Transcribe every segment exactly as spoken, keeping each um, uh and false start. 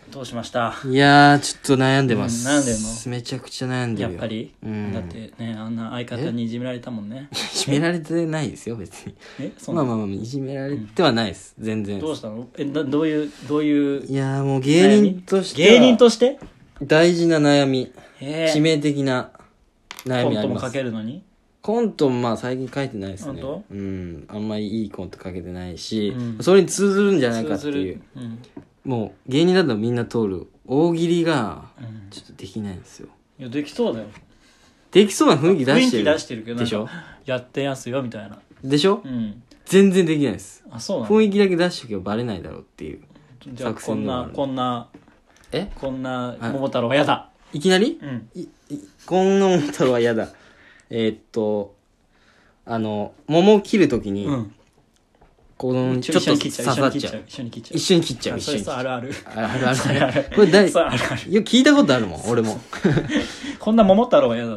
どうしました？ いやーちょっと悩んでます、 うん、悩んでんの？ めちゃくちゃ悩んでるよやっぱり、うん、だってねあんな相方にいじめられたもんね。 いじめられてないですよ別に。 えそうまあまあまあいじめられてはないです、うん、全然。 どうしたの？えなどういうどういういやーもう芸人として芸人として大事な悩み、致命的な悩みあります。 コントも書けるのに？ コントもまあ最近書いてないですね。 本当？ うん、あんまりいいコント書けてないし、うん、 うん、 それに通ずるんじゃないかっていう、うん、もう芸人だとみんな通る大喜利がちょっとできないんですよ、 うん、いやできそうだよ。 できそうな雰囲気出してる。 雰囲気出してるけどでしょ？ やってやすよみたいな。 でしょ？ うん。 全然できないです。 あ、そうなの？ 雰囲気だけ出しとけばバレないだろうっていうじゃあこんなこんなえこんな桃太郎はやだ。 いきなり？ うん。 いいこんな桃太郎はやだ。えー、っとあの桃を切るときに、うん、このちょっと刺さっちゃう。 一緒に切っちゃう。 一緒に切っちゃう。一緒に切っちゃう。 あるある。 あるあるある。これ大いや聞いたことあるもん俺も。 こんな桃太郎はやだって、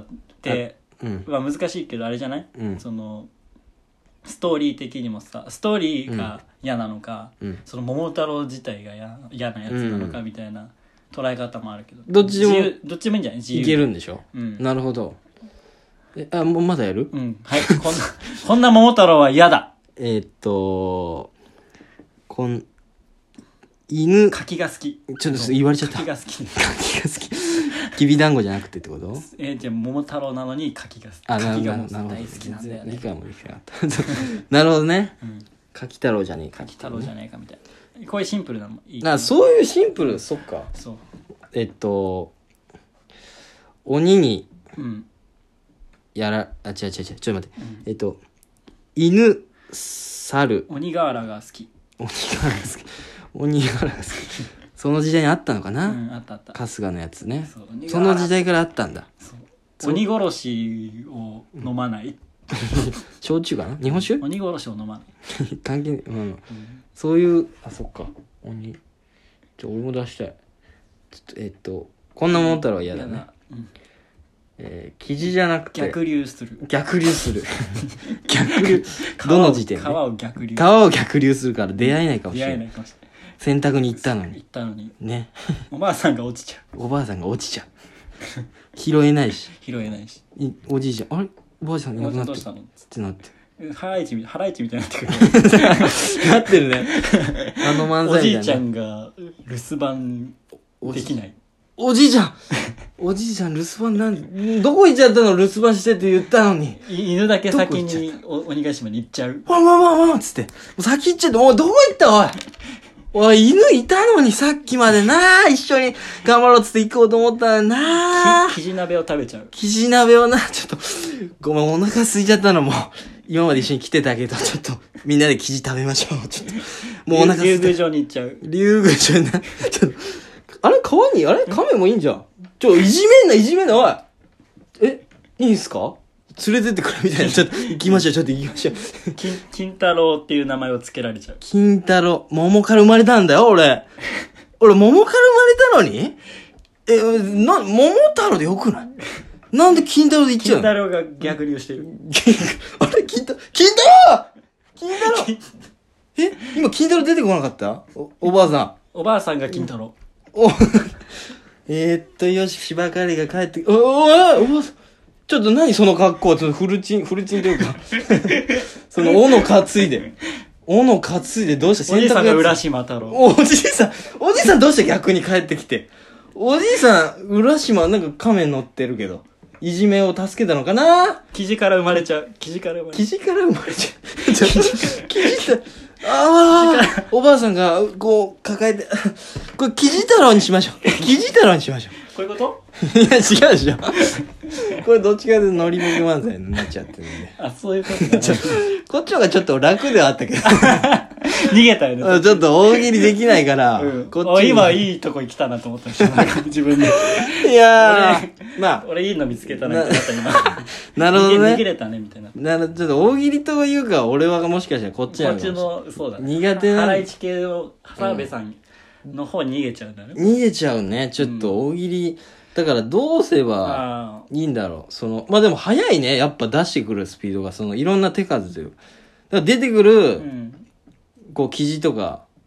うん、まあ難しいけどあれじゃない？うん、そのストーリー的にもさストーリーが嫌なのか、うん、その桃太郎自体が嫌なやつなのかみたいな捉え方もあるけど、 どっちでもどっちもいいんじゃない？自由いけるんでしょ、 うん、 なるほど。えあもうまだやる？ うんはいこんなこんな桃太郎は嫌だ。 えーっとこん犬柿が好き。 ちょっと言われちゃった。 柿が好き。 柿が好き。きびだんごじゃなくてってこと？ えー、じゃあ桃太郎なのに柿が好き。 あ、 柿がもう大好きなんだよね。 理解もできなかった。なるほどね。うん、柿太郎じゃねえか、 柿太郎じゃねえかみたいな。こういうシンプルなのもいい。 なそういうシンプル、そっか。 そう。 えっと鬼にやら、あ違う違う違うちょっと待って、うん、えっと犬猿鬼瓦が好き。 鬼瓦が好き。鬼瓦が好き。その時代にあったのかな、 うん、あったあった。 春日のやつね。 そ, その時代からあったんだ。 そう鬼殺しを飲まない、うん、 焼酎かな、日本酒。 鬼殺しを飲まない関係、うんうん、そういう、あそっか鬼じゃ俺も出したい。ちょっとえっとこんな桃太郎は嫌だね、うん、えー、生地じゃなくて逆流する。 逆流する逆流どの時点で川を逆流川を逆流するから出会えないかもしれない。 出会えないかもしれない。 洗濯に行ったのに行ったのにねおばあさんが落ちちゃう。おばあさんが落ちちゃう拾えないし拾えないしおじいちゃんあれおばあさんいなくなってどうしたのってなってハライチみたいになってくるなってるねあの漫才みたいな。 おじいちゃんが留守番できない。 おじいちゃんおじいちゃん留守番なんどこ行っちゃったの？留守番してって言ったのに犬だけ先に鬼ヶ島に行っちゃう。 ワンワンワンワンっつって先行っちゃって、おいどこ行ったおいおい犬いたのにさっきまでな一緒に頑張ろうっつって行こうと思ったのになき、きじ鍋を食べちゃう。 きじ鍋をなちょっとごめんお腹空いちゃったのも今まで一緒に来てたけどちょっとみんなで生地食べましょう。ちょっともうお腹空いた。 竜宮城に行っちゃう。 竜宮城なちょっとあれ川にあれ亀もいいんじゃん。ちょいじめんないじめんなおいえいいんすか連れてってくれみたいな。ちょっと行きましょうちょっと行きましょう金金太郎っていう名前を付けられちゃう。 金太郎桃から生まれたんだよ俺俺桃から生まれたのにえな桃太郎でよくない？なんで金太郎で言っちゃうの？ 金太郎が逆流してるあれ金太金太郎金太郎え今金太郎出てこなかった？ お, おばあさんおばあさんが金太郎。 おえー、っとよし芝刈りが帰っておおおおばあさんちょっと何その格好ちょっとフルチンフルチンというかその斧担いで斧担いでどうした？ おじいさんが浦島太郎。 おじいさんおじいさんどうして逆に帰ってきておじいさん浦島なんか亀乗ってるけどいじめを助けたのかな。 生地から生まれちゃう。生地から生まれちゃう。 生地から生まれちゃう生地からああおばあさんがこう抱えてこれ生地太郎にしましょう生地太郎にしましょうこういうこと？ いや違うでしょこれどっちかでノリボケ漫才になっちゃってるんであそういうことちょこっちの方がちょっと楽ではあったけど逃げたよねちょっと大喜利できないから、 うん、こっち今いいとこに来たなと思ったんですよ自分でいやーまあ俺いいの見つけたなってなった今なるほどね逃げれたねみたいななちょっと大喜利というか俺はもしかしたらこっちなのかもしれない。 こっちのそうだね苦手なハライチ系の澤部さんの方に逃げちゃうんだね、 うん、逃げちゃうねちょっと大喜利、うんだからどうすればいいんだろう。その、まあ、でも早いね。やっぱ出してくるスピードが、そのいろんな手数で。だから出てくる、うん、こう記事とか、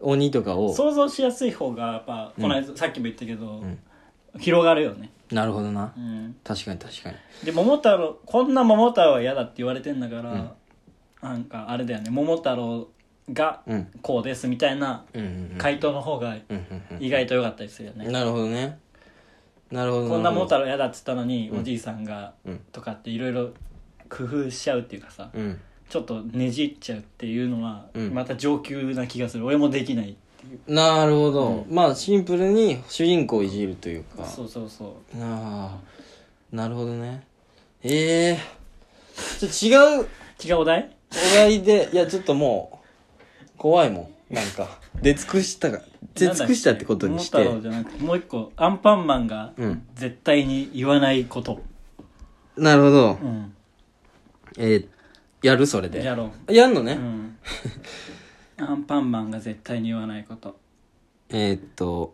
鬼とかを想像しやすい方がやっぱこの間、うん、さっきも言ったけど、うん、広がるよね。 なるほどな、 うん、 確かに確かに。 で桃太郎こんな桃太郎は嫌だって言われてんだから、うん、なんかあれだよね、桃太郎がこうですみたいな回答の方が意外と良かったりするよね、 うんうんうん、なるほどね。なるほど。 こんな桃太郎嫌だっつったのに、うん、おじいさんが、うん、とかっていろいろ工夫しちゃうっていうかさ、うん、ちょっとねじっちゃうっていうのは、うん、また上級な気がする。俺もできないっていう。 なるほど、うん、まあシンプルに主人公をいじるというか。 そうそうそう。 ああ、なるほどね。ええー、ちょっと違う違うお題お題で、いやちょっともう怖いもん、なんか出尽くしたが出尽くしたってことにして。 桃太郎じゃなくてもう一個、アンパンマンが絶対に言わないこと、 うん、なるほど、うん、えー、やるそれでやろう。 やんのね、うん、 アンパンマンが絶対に言わないこと。 えー、っと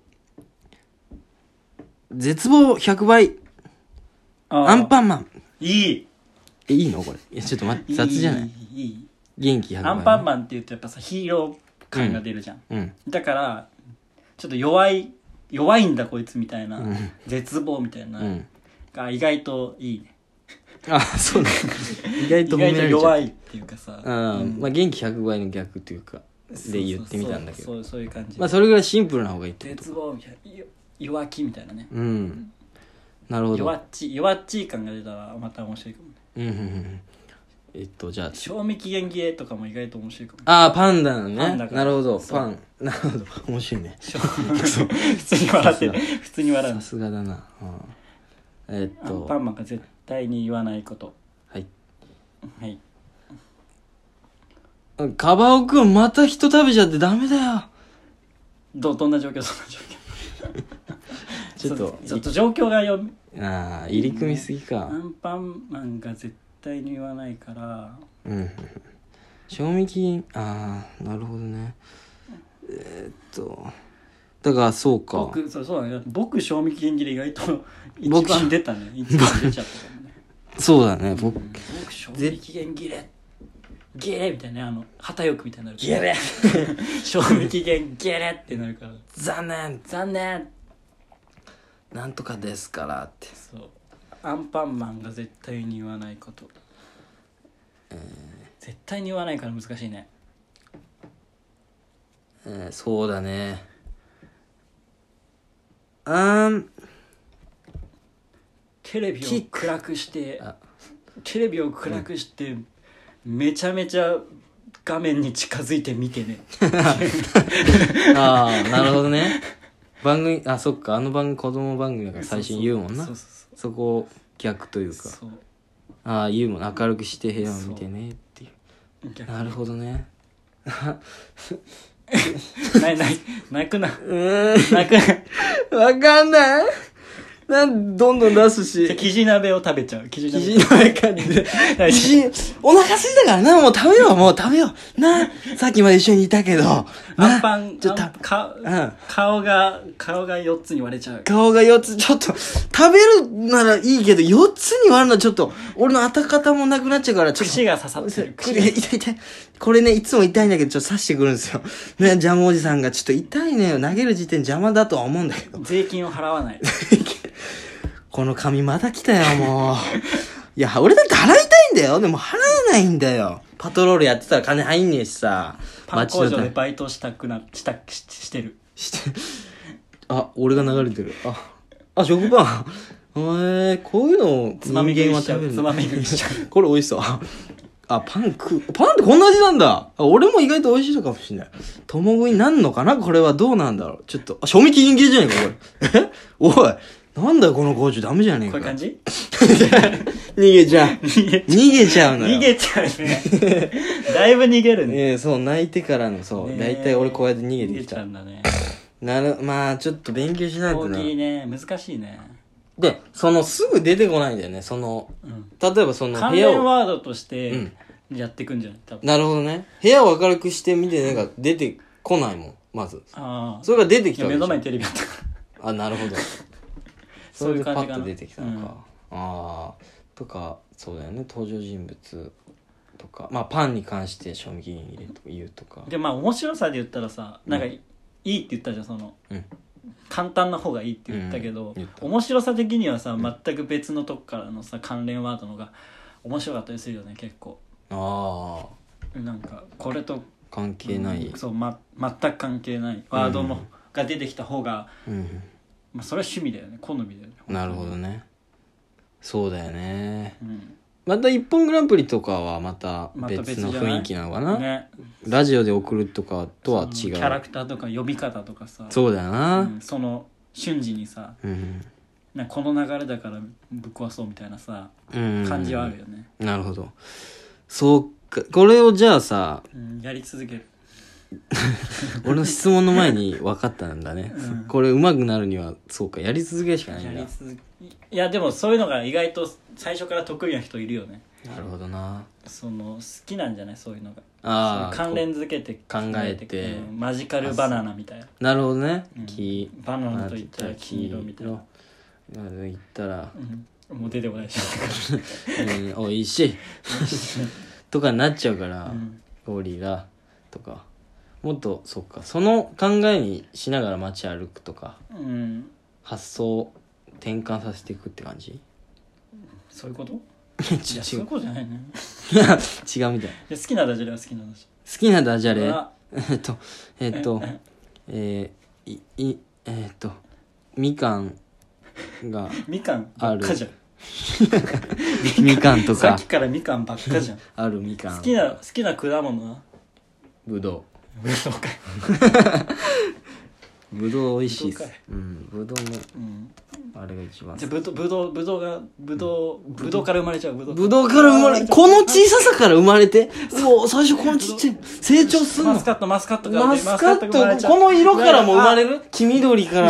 絶望ひゃくばいアンパンマン。 いいえ、いいのこれ。いやちょっと待って、雑じゃない。 いいいい元気ひゃくばい、ね、 アンパンマンって言うとやっぱさヒーロー感が出るじゃん、 うんうん、 だからちょっと弱い弱いんだこいつみたいな、うん、絶望みたいな、うん、が意外といいね。 あ、そうね意外と意外と弱いっていうかさ、 あ、うん、まあ元気ひゃくばいの逆っていうかで言ってみたんだけど、 そうそうそう、そういう感じ。 まあそれぐらいシンプルな方がいいってこと。 絶望みたいな、弱気みたいなね。 うん、なるほど。 弱っち弱っちい感が出たらまた面白いかもね。 うんうんうん。えっとじゃあ賞味期限切れとかも意外と面白いかも、ね、 ああパンダのね。 パンダなるほど、パン、なるほど、面白いね普通に笑ってる普通に笑う。 さすがだな、うん、えっとアンパンマンが絶対に言わないこと。 はいはい。 カバオくんまた人食べちゃってダメだよ。 どどんな状況どんな状況ちょっとちょっと状況がよ、 ああ入り組みすぎか、 アンパンマンが絶対に言わないから、 うん、賞味期限、ああなるほどね。えー、っとだからそうか、 僕そうそうだね、僕賞味期限切れ意外と一番出たね。一番出ちゃったかもねそうだね、僕、うん、 僕賞味期限切れゲレみたいなね、あの旗よくみたいになるゲレ賞味期限ゲレってなるから残念残念なんとかですからって。 そう、アンパンマンが絶対に言わないこと、えー、絶対に言わないから難しいね。 えー、そうだね。あんテレビを暗くしてテレビを暗くして、うん、めちゃめちゃ画面に近づいて見てねああなるほどね。番組、あ、そっか、あの番組子供番組だから最初に言うもんな。そうそうそうそう、そこを逆というか、そう、ああ言うもん、明るくして部屋を見てねっていう。なるほどね。 泣泣泣くな。 うん泣くな。わかんない。なんどんどん出すし。 キジ鍋を食べちゃう。 キジ鍋感じで。キジ、お腹空いたからな、もう食べよう、もう食べよう。な、さっきまで一緒にいたけど。 アンパン、ちょっと、か、うん、顔が、顔がよっつに割れちゃう。 顔がよっつ、ちょっと、食べるならいいけど、よっつに割るのはちょっと、俺の跡形もなくなっちゃうから、ちょっと。 串が刺さってる。 串が痛い痛い。これね、いつも痛いんだけど、ちょっと刺してくるんですよ。ね、ジャムおじさんが、ちょっと痛いね。投げる時点邪魔だとは思うんだけど。 税金を払わない。 この紙まだ来たよ、もう。いや、俺だって払いたいんだよ。でも払えないんだよ。パトロールやってたら金入んねえしさ。 パン工場でバイトしたくな、した、し、してる。 して、あ、俺が流れてる。あ、あ、食パン。えー、こういうのを人間は食べる。 つまみ食いしちゃう。 これ美味しそう。あ、パン食う。パンってこんな味なんだ。あ、俺も意外と美味しいのかもしれない。共食いなんのかなこれはどうなんだろう。ちょっと、あ、賞味期限切れじゃねえか、これ。えおい。なんだよこの工場ダメじゃねえか。 こういう感じ逃げちゃう。逃げちゃうのよ。 逃げちゃうね。だいぶ逃げるね。 ええ、そう、泣いてからの、そう。だいたい俺こうやって逃げてきた。 逃げちゃうんだね。 なる、まあちょっと勉強しないとな。 大きいね。難しいね。 で、そのすぐ出てこないんだよね。その、うん、例えばその関連ワードとしてやっていくんじゃない、多分。 なるほどね。部屋を明るくしてみて、なんか出てこないもん、まず。ああ。それが出てきたわけでしょ。 目の前にテレビあったから。 あ、なるほど。 そういう感じかな。 それでパッと出てきたのか、うん、ああとかそうだよね、登場人物とか、まあパンに関して賞味期限入れとか言うとか。 でまあ面白さで言ったらさ、なんかいいって言ったじゃん、その、うん、簡単な方がいいって言ったけど、うん、面白さ的にはさ、全く別のとこからのさ関連ワードのが面白かったりするよね結構。ああ、なんかこれと関係ない、 うん、そう、ま、全く関係ないワードの、うん、が出てきた方が、うんまあ、それは趣味だよね、好みだよね。 なるほどね、そうだよね、うん、また一本グランプリとかはまた別の雰囲気なのかな、ね、ラジオで送るとかとは違う、キャラクターとか呼び方とかさ、 そうだよな、うん、 その瞬時にさ、うん、なんかこの流れだからぶっ壊そうみたいなさ、うん、感じはあるよね。 なるほど、そうか、これをじゃあさ、 うん、やり続ける俺の質問の前に分かったんだね、うん、これ上手くなるにはそうか、やり続けるしかないんだ。やり続け、 いやでもそういうのが意外と最初から得意な人いるよね。 なるほどな、 その好きなんじゃない、そういうのが。ああ、関連づけて考えて、 うん、マジカルバナナみたいな。 なるほどね、 うん、黄バナナと言ったら黄色みたいな言ったら、 うん、もう出てこないしうん、おいしいとかになっちゃうから、うん、ゴリラとかもっとそっか、その考えにしながら街歩くとか、うん、発想転換させていくって感じ。 そういうこといやそういうことじゃないねいや違うみたい。いや好きなダジャレは好きなダジャレ、好きなダジャレえっとえっとえー、いいえっとみかんがみかんばっかじゃんみかんとかさっきからみかんばっかじゃんあるみかん。 好きな好きな果物はぶどう。ぶどうかいぶどう美味しいっす。うん、ぶどうの、うん、あれが一番。 じゃぶどうぶどうぶどうがぶどうぶどうから生まれちゃう。ぶどうぶどうから生まれ、この小ささから生まれて、もう最初このちっちゃい成長するの。 マスカットマスカットから、 ね、マスカットこの色からも生まれる。黄緑から